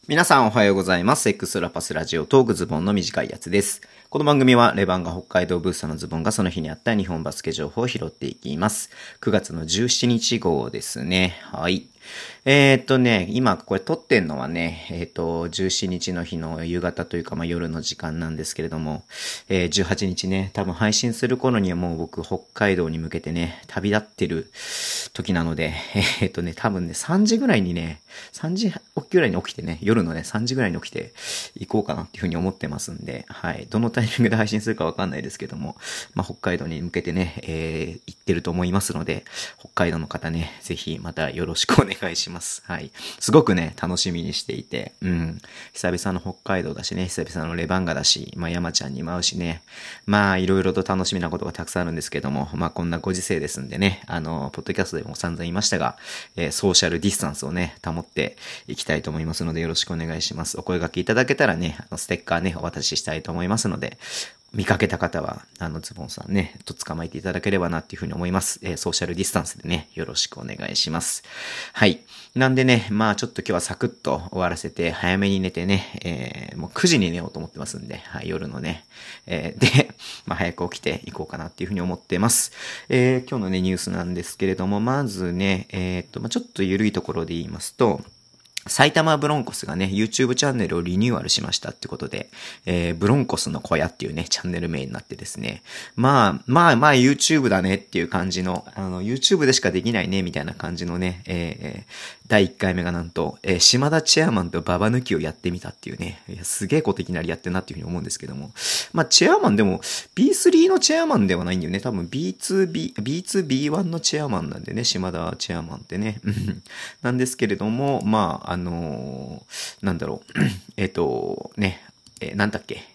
皆さんおはようございます。エクストラパスラジオトークズボンの短いやつです。この番組はレバンが北海道ブースターのズボンがその日にあった日本バスケ情報を拾っていきます。9月の17日号ですね。はい。今これ撮ってんのはね、17日の日の夕方というか、夜の時間なんですけれども、18日ね、多分配信する頃にはもう僕北海道に向けてね、旅立ってる時なので、多分ね、3時ぐらいにね、3時ぐらいに起きてね、夜のね、3時ぐらいに起きて行こうかなっていうふうに思ってますんで、はい。どのタイミングで配信するかわかんないですけども、北海道に向けてね、行ってると思いますので、北海道の方ね、ぜひまたよろしくお願いします。はい。すごくね、楽しみにしていて、久々の北海道だしね、久々のレバンガだし、山ちゃんにも会うしね、いろいろと楽しみなことがたくさんあるんですけども、こんなご時世ですんでね、ポッドキャストでも散々言いましたが、ソーシャルディスタンスをね、保っていきたいと思いますので、よろしくお願いします。お声掛けいただけたらね、ステッカーね、お渡ししたいと思いますので、見かけた方は、ズボンさんね、捕まえていただければなっていうふうに思います。ソーシャルディスタンスでね、よろしくお願いします。はい。なんでね、ちょっと今日はサクッと終わらせて、早めに寝てね、もう9時に寝ようと思ってますんで、はい、夜のね。で、早く起きていこうかなっていうふうに思ってます。今日のね、ニュースなんですけれども、まずね、ちょっと緩いところで言いますと、埼玉ブロンコスがね、YouTube チャンネルをリニューアルしましたってことで、ブロンコスの小屋っていうね、チャンネル名になってですね、YouTube だねっていう感じの、YouTube でしかできないね、みたいな感じのね、第1回目がなんと、島田チェアマンとババ抜きをやってみたっていうね、すげえこといきなりやってるなっていうふうに思うんですけども、チェアマンでも、B3 のチェアマンではないんだよね、多分 B2B1 のチェアマンなんでね、島田チェアマンってね、なんですけれども、なんだろう。なんだっけ。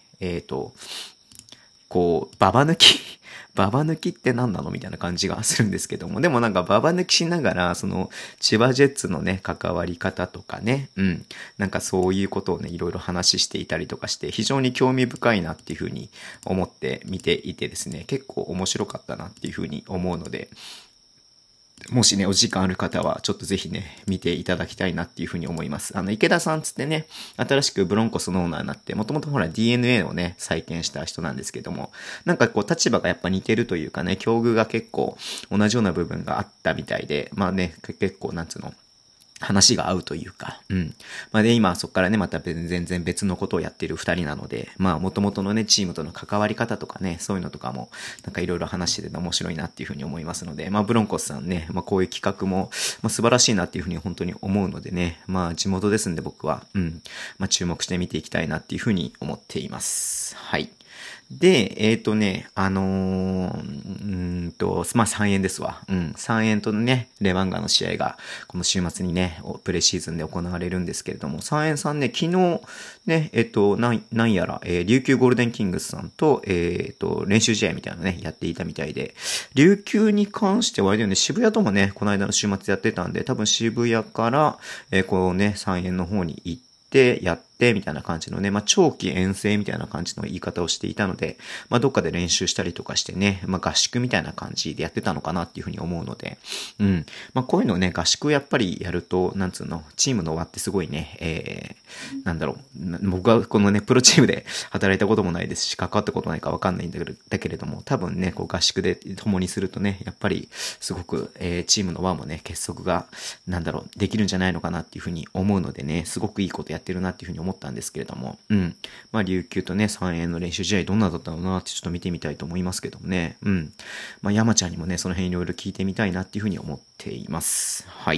ババ抜きババ抜きって何なのみたいな感じがするんですけども。でもなんかババ抜きしながら、その、千葉ジェッツのね、関わり方とかね、なんかそういうことをね、いろいろ話していたりとかして、非常に興味深いなっていうふうに思って見ていてですね、結構面白かったなっていうふうに思うので、もしね、お時間ある方は、ちょっとぜひね、見ていただきたいなっていうふうに思います。池田さんつってね、新しくブロンコスのオーナーになって、もともとほら DNA をね、再建した人なんですけども、なんかこう、立場がやっぱ似てるというかね、境遇が結構同じような部分があったみたいで、結構、なんつうの、話が合うというか、で、今そこからね、また全然別のことをやっている二人なので、元々のね、チームとの関わり方とかね、そういうのとかも、なんかいろいろ話してて面白いなっていうふうに思いますので、ブロンコスさんね、こういう企画も、素晴らしいなっていうふうに本当に思うのでね、地元ですんで僕は、注目して見ていきたいなっていうふうに思っています。はい。で、3円ですわ。3円とね、レバンガの試合が、この週末にね、プレシーズンで行われるんですけれども、3円さんね、昨日、ね、なんやら、琉球ゴールデンキングスさんと、練習試合みたいなのね、やっていたみたいで、琉球に関してはあれだよね、渋谷ともね、この間の週末やってたんで、多分渋谷から、3円の方に行って、やって、みたいな感じのね、長期遠征みたいな感じの言い方をしていたので、どっかで練習したりとかしてね、合宿みたいな感じでやってたのかなっていうふうに思うので、こういうのね、合宿やっぱりやると、なんつうの、チームの輪ってすごいね、僕はこのね、プロチームで働いたこともないですし、関わったことないかわかんないんだけれども、多分ね、合宿で共にするとね、やっぱりすごく、チームの輪もね、結束が、できるんじゃないのかなっていうふうに思うのでね、すごくいいことやってるなっていうふうに思ったんですけれども、琉球とね、3円の練習試合どんなだったのかなってちょっと見てみたいと思いますけどもね、山ちゃんにもね、その辺いろいろ聞いてみたいなっていうふうに思っています。はい。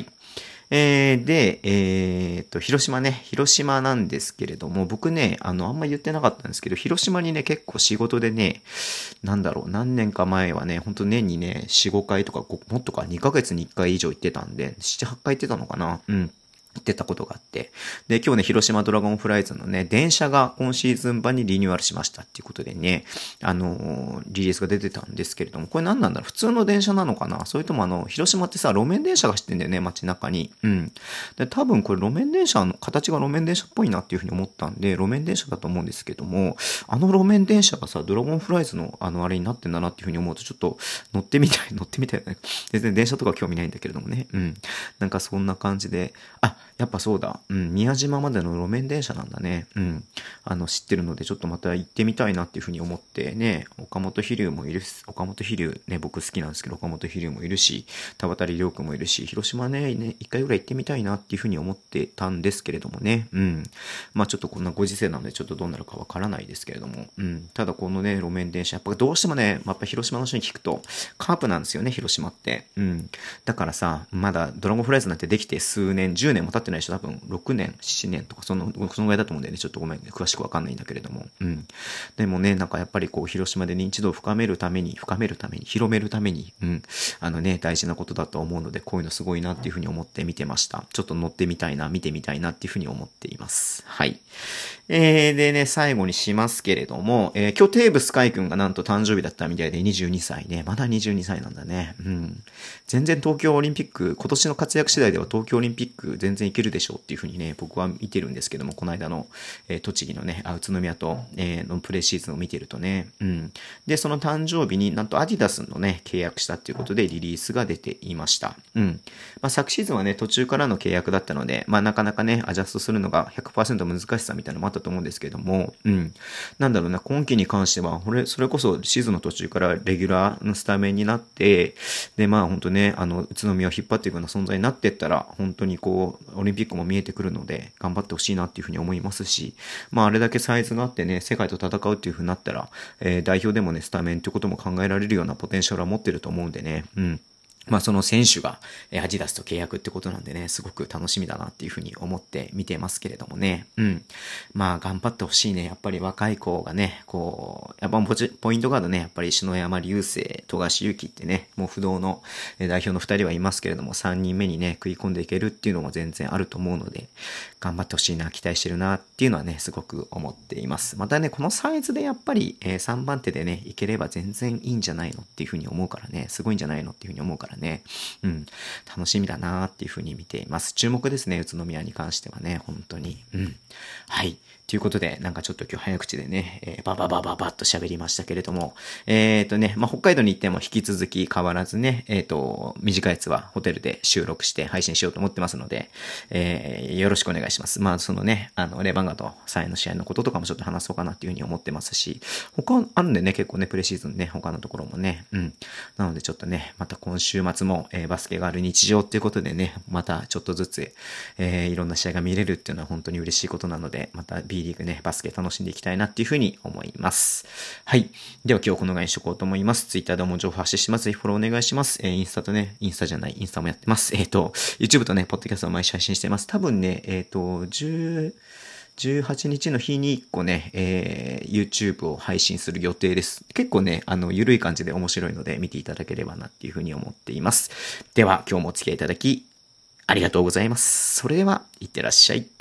広島ね、広島なんですけれども、僕ね、あんま言ってなかったんですけど、広島にね、結構仕事でね、何年か前はね、ほんと年にね、4、5回とか、もっとか2ヶ月に1回以上行ってたんで、7、8回行ってたのかな。行ってたことがあって。で、今日ね、広島ドラゴンフライズのね、電車が今シーズン版にリニューアルしましたっていうことでね、リリースが出てたんですけれども、これ何なんだろう、普通の電車なのかな、それとも広島ってさ、路面電車が走ってんだよね、街中に。で、多分これ路面電車の形が路面電車っぽいなっていうふうに思ったんで、路面電車だと思うんですけども、路面電車がさ、ドラゴンフライズのあれになってんだなっていうふうに思うと、ちょっと乗ってみたいよね。全然電車とか興味ないんだけれどもね。なんかそんな感じで、 やっぱそうだ。宮島までの路面電車なんだね。知ってるので、ちょっとまた行ってみたいなっていうふうに思ってね、岡本飛龍もいるし、岡本飛龍ね、僕好きなんですけど、岡本飛龍もいるし、田渡亮君もいるし、広島ね、一回ぐらい行ってみたいなっていうふうに思ってたんですけれどもね。まあちょっとこんなご時世なので、ちょっとどうなるかわからないですけれども。ただこのね、路面電車、やっぱどうしてもね、やっぱ広島の人に聞くと、カープなんですよね、広島って。だからさ、まだドラゴンフライズなんてできて数年、10年も経ってないでしょ、多分6年、7年とか、そのぐらいだと思うんでね、ちょっとごめん、詳しくわかんないんだけれども。でもね、なんかやっぱりこう、広島で認知度を広めるために、広めるために、大事なことだと思うので、こういうのすごいなっていうふうに思って見てました。ちょっと乗ってみたいな、見てみたいなっていうふうに思っています。はい。でね、最後にしますけれども、今日テーブス海君がなんと誕生日だったみたいで22歳ね。まだ22歳なんだね。全然東京オリンピック、今年の活躍次第では東京オリンピック全然いけるでしょうっていうふうにね、僕は見てるんですけども、この間の、栃木のね、宇都宮と、のプレシーズンを見てるとね。で、その誕生日になんとアディダスのね、契約したっていうことでリリースが出ていました。昨シーズンはね、途中からの契約だったので、なかなかね、アジャストするのが 100% 難しさみたいなのもあったと思うんですけれども、なんだろうな、今季に関しては、それこそシーズンの途中からレギュラーのスタメンになって、で、本当ね、宇都宮を引っ張っていくような存在になっていったら、本当にこう、オリンピックも見えてくるので、頑張ってほしいなっていうふうに思いますし、あれだけサイズがあってね、世界と戦うっていうふうになったら、代表でもね、スタメンってことも考えられるようなポテンシャルは持ってると思うんでね、その選手がアディダスと契約ってことなんでね、すごく楽しみだなっていうふうに思って見てますけれどもね。頑張ってほしいね。やっぱり若い子がね、こう、やっぱポイントガードね、やっぱり篠山流星、富樫勇樹ってね、もう不動の代表の2人はいますけれども、3人目にね、食い込んでいけるっていうのも全然あると思うので、頑張ってほしいな、期待してるなっていうのはね、すごく思っています。またね、このサイズでやっぱり、3番手でね、いければ全然いいんじゃないのっていうふうに思うからね、すごいんじゃないのっていうふうに思うからね、楽しみだなっていうふうに見ています。注目ですね、宇都宮に関してはね、本当に。はい。ということで、なんかちょっと今日早口でね、ババッと喋りましたけれども、北海道に行っても引き続き変わらずね、短いやつはホテルで収録して配信しようと思ってますので、よろしくお願いします。そのね、レバンガとサイの試合のこととかもちょっと話そうかなっていうふうに思ってますし、他あるんでね、結構ね、プレシーズンね、他のところもね、なのでちょっとね、また今週末も、バスケがある日常っていうことでね、またちょっとずつ、いろんな試合が見れるっていうのは本当に嬉しいことなので、また B リーグね、バスケ楽しんでいきたいなっていうふうに思います。はい。では今日このぐらいにしとこうと思います。Twitter でも情報発信します。ぜひフォローお願いします。インスタもやってます。YouTube とね、ポッドキャストを毎週配信しています。多分ね、18日の日に1個ね、YouTube を配信する予定です。結構ね、ゆるい感じで面白いので見ていただければなっていうふうに思っています。では、今日もお付き合いいただき、ありがとうございます。それでは、いってらっしゃい。